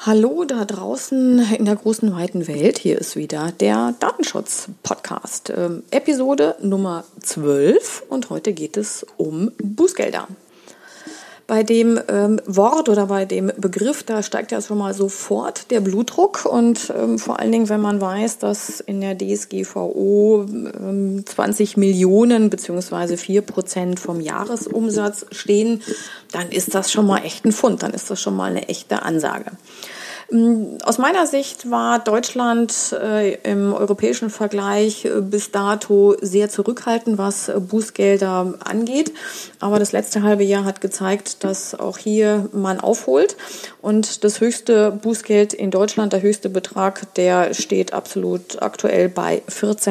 Hallo da draußen in der großen weiten Welt. Hier ist wieder der Datenschutz-Podcast, Episode Nummer 12 und heute geht es um Bußgelder. Bei dem Wort oder bei dem Begriff, da steigt ja schon mal sofort der Blutdruck und vor allen Dingen, wenn man weiß, dass in der DSGVO 20 Millionen bzw. 4% vom Jahresumsatz stehen, dann ist das schon mal echt ein Pfund, dann ist das schon mal eine echte Ansage. Aus meiner Sicht war Deutschland im europäischen Vergleich bis dato sehr zurückhaltend, was Bußgelder angeht. Aber das letzte halbe Jahr hat gezeigt, dass auch hier man aufholt. Und das höchste Bußgeld in Deutschland, der höchste Betrag, der steht absolut aktuell bei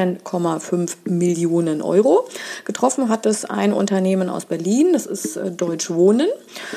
14,5 Millionen Euro. Getroffen hat es ein Unternehmen aus Berlin, das ist Deutsch Wohnen.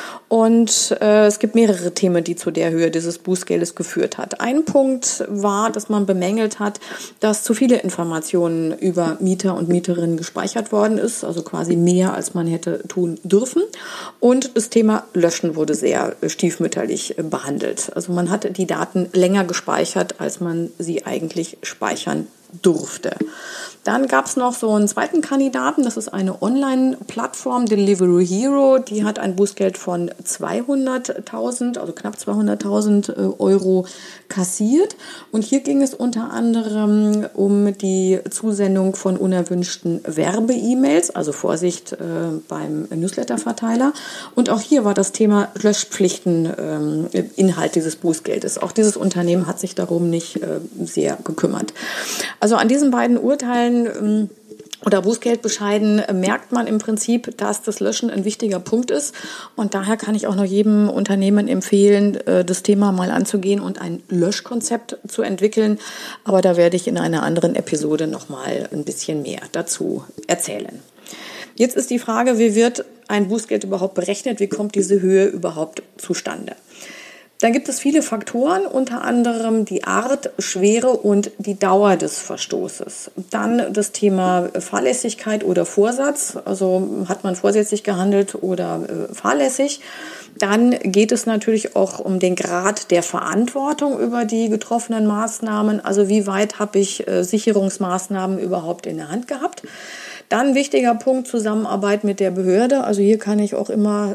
Und es gibt mehrere Themen, die zu der Höhe dieses Bußgeldes geführt hat. Ein Punkt war, dass man bemängelt hat, dass zu viele Informationen über Mieter und Mieterinnen gespeichert worden ist, also quasi mehr, als man hätte tun dürfen. Und das Thema Löschen wurde sehr stiefmütterlich behandelt. Also man hat die Daten länger gespeichert, als man sie eigentlich speichern durfte. Dann gab es noch so einen zweiten Kandidaten, das ist eine Online-Plattform, Delivery Hero, die hat ein Bußgeld von 200.000, also knapp 200.000 Euro kassiert. Und hier ging es unter anderem um die Zusendung von unerwünschten Werbe-E-Mails, also Vorsicht beim Newsletter-Verteiler. Und auch hier war das Thema Löschpflichten Inhalt dieses Bußgeldes. Auch dieses Unternehmen hat sich darum nicht sehr gekümmert. Also an diesen beiden Urteilen oder Bußgeldbescheiden merkt man im Prinzip, dass das Löschen ein wichtiger Punkt ist. Und daher kann ich auch noch jedem Unternehmen empfehlen, das Thema mal anzugehen und ein Löschkonzept zu entwickeln. Aber da werde ich in einer anderen Episode nochmal ein bisschen mehr dazu erzählen. Jetzt ist die Frage, wie wird ein Bußgeld überhaupt berechnet? Wie kommt diese Höhe überhaupt zustande? Dann gibt es viele Faktoren, unter anderem die Art, Schwere und die Dauer des Verstoßes. Dann das Thema Fahrlässigkeit oder Vorsatz, also hat man vorsätzlich gehandelt oder fahrlässig. Dann geht es natürlich auch um den Grad der Verantwortung über die getroffenen Maßnahmen, also wie weit habe ich Sicherungsmaßnahmen überhaupt in der Hand gehabt. Dann wichtiger Punkt, Zusammenarbeit mit der Behörde. Also hier kann ich auch immer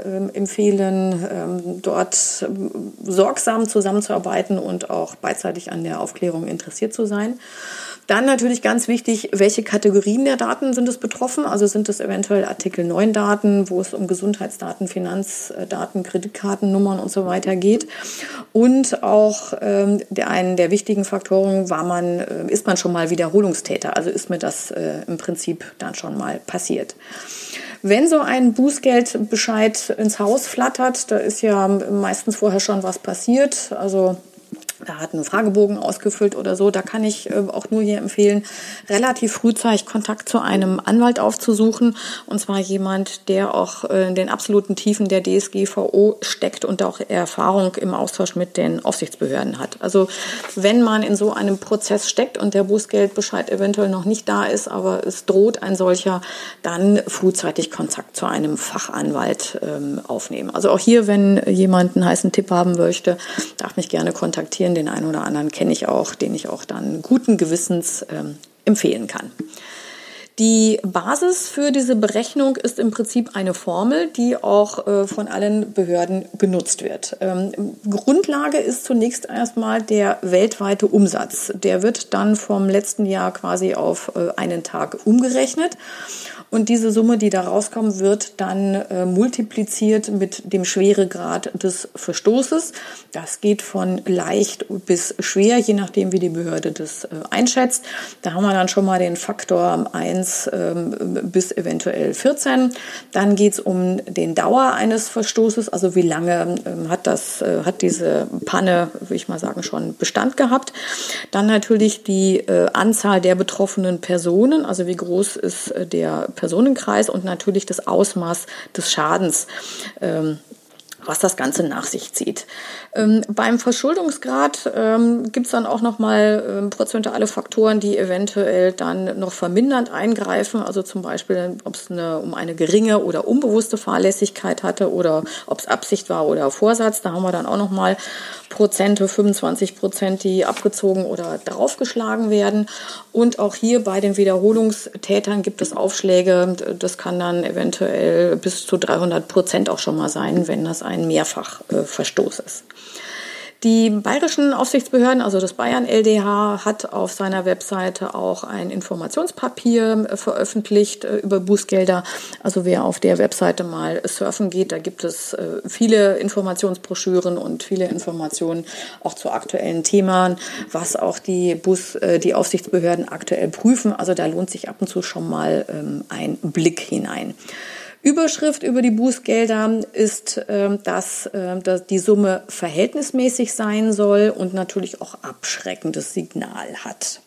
empfehlen, dort sorgsam zusammenzuarbeiten und auch beidseitig an der Aufklärung interessiert zu sein. Dann natürlich ganz wichtig, welche Kategorien der Daten sind es betroffen? Also sind es eventuell Artikel 9 Daten, wo es um Gesundheitsdaten, Finanzdaten, Kreditkartennummern und so weiter geht. Und auch einen der wichtigen Faktoren ist man schon mal Wiederholungstäter? Also ist mir das im Prinzip dann schon mal passiert. Wenn so ein Bußgeldbescheid ins Haus flattert, da ist ja meistens vorher schon was passiert. Also da hat einen Fragebogen ausgefüllt oder so. Da kann ich auch nur hier empfehlen, relativ frühzeitig Kontakt zu einem Anwalt aufzusuchen. Und zwar jemand, der auch in den absoluten Tiefen der DSGVO steckt und auch Erfahrung im Austausch mit den Aufsichtsbehörden hat. Also wenn man in so einem Prozess steckt und der Bußgeldbescheid eventuell noch nicht da ist, aber es droht ein solcher, dann frühzeitig Kontakt zu einem Fachanwalt aufnehmen. Also auch hier, wenn jemand einen heißen Tipp haben möchte, darf mich gerne kontaktieren. Den einen oder anderen kenne ich auch, den ich auch dann guten Gewissens empfehlen kann. Die Basis für diese Berechnung ist im Prinzip eine Formel, die auch von allen Behörden genutzt wird. Grundlage ist zunächst erstmal der weltweite Umsatz. Der wird dann vom letzten Jahr quasi auf einen Tag umgerechnet. Und diese Summe, die da rauskommt, wird dann multipliziert mit dem Schweregrad des Verstoßes. Das geht von leicht bis schwer, je nachdem, wie die Behörde das einschätzt. Da haben wir dann schon mal den Faktor 1 bis eventuell 14. Dann geht es um den Dauer eines Verstoßes, also wie lange hat diese Panne, würde ich mal sagen, schon Bestand gehabt. Dann natürlich die Anzahl der betroffenen Personen, also wie groß ist der Personenkreis und natürlich das Ausmaß des Schadens, was das Ganze nach sich zieht. Beim Verschuldungsgrad gibt es dann auch nochmal prozentuale Faktoren, die eventuell dann noch vermindernd eingreifen. Also zum Beispiel, ob es um eine geringe oder unbewusste Fahrlässigkeit hatte oder ob es Absicht war oder Vorsatz. Da haben wir dann auch nochmal Prozente, 25%, die abgezogen oder draufgeschlagen werden. Und auch hier bei den Wiederholungstätern gibt es Aufschläge. Das kann dann eventuell bis zu 300% auch schon mal sein, wenn das ein Mehrfachverstoß ist. Die bayerischen Aufsichtsbehörden, also das Bayern LDH, hat auf seiner Webseite auch ein Informationspapier veröffentlicht über Bußgelder. Also wer auf der Webseite mal surfen geht, da gibt es viele Informationsbroschüren und viele Informationen auch zu aktuellen Themen, was auch die Aufsichtsbehörden aktuell prüfen. Also da lohnt sich ab und zu schon mal ein Blick hinein. Überschrift über die Bußgelder ist, dass die Summe verhältnismäßig sein soll und natürlich auch abschreckendes Signal hat.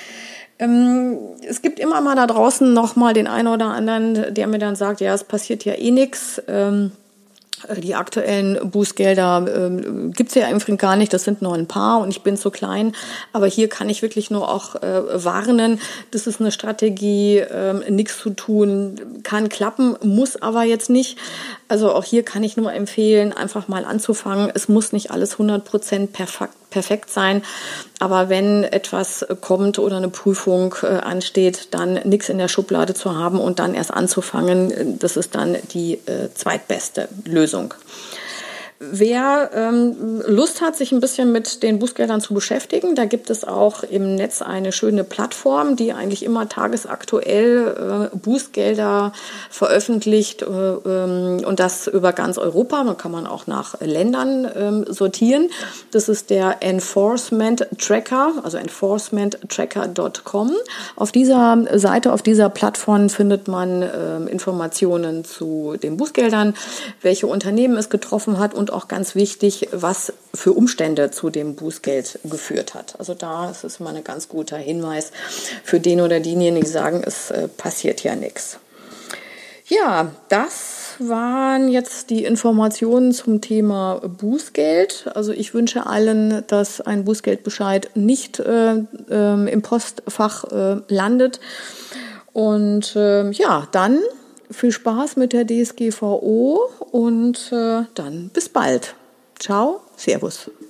Es gibt immer mal da draußen noch mal den einen oder anderen, der mir dann sagt, ja, es passiert ja eh nichts. Die aktuellen Bußgelder gibt's ja im Übrigen gar nicht, das sind nur ein paar und ich bin zu klein. Aber hier kann ich wirklich nur auch warnen, das ist eine Strategie, nichts zu tun, kann klappen, muss aber jetzt nicht. Also auch hier kann ich nur empfehlen, einfach mal anzufangen. Es muss nicht alles 100% perfekt sein, aber wenn etwas kommt oder eine Prüfung ansteht, dann nichts in der Schublade zu haben und dann erst anzufangen, das ist dann die zweitbeste Lösung. Wer Lust hat, sich ein bisschen mit den Bußgeldern zu beschäftigen, da gibt es auch im Netz eine schöne Plattform, die eigentlich immer tagesaktuell Bußgelder veröffentlicht und das über ganz Europa. Da kann man auch nach Ländern sortieren. Das ist der Enforcement Tracker, also enforcementtracker.com. Auf dieser Seite, auf dieser Plattform findet man Informationen zu den Bußgeldern, welche Unternehmen es getroffen hat und auch ganz wichtig, was für Umstände zu dem Bußgeld geführt hat. Also da ist es immer ein ganz guter Hinweis für den oder diejenigen, die sagen, es passiert ja nichts. Ja, das waren jetzt die Informationen zum Thema Bußgeld. Also ich wünsche allen, dass ein Bußgeldbescheid nicht im Postfach landet. Und dann viel Spaß mit der DSGVO und dann bis bald. Ciao, Servus.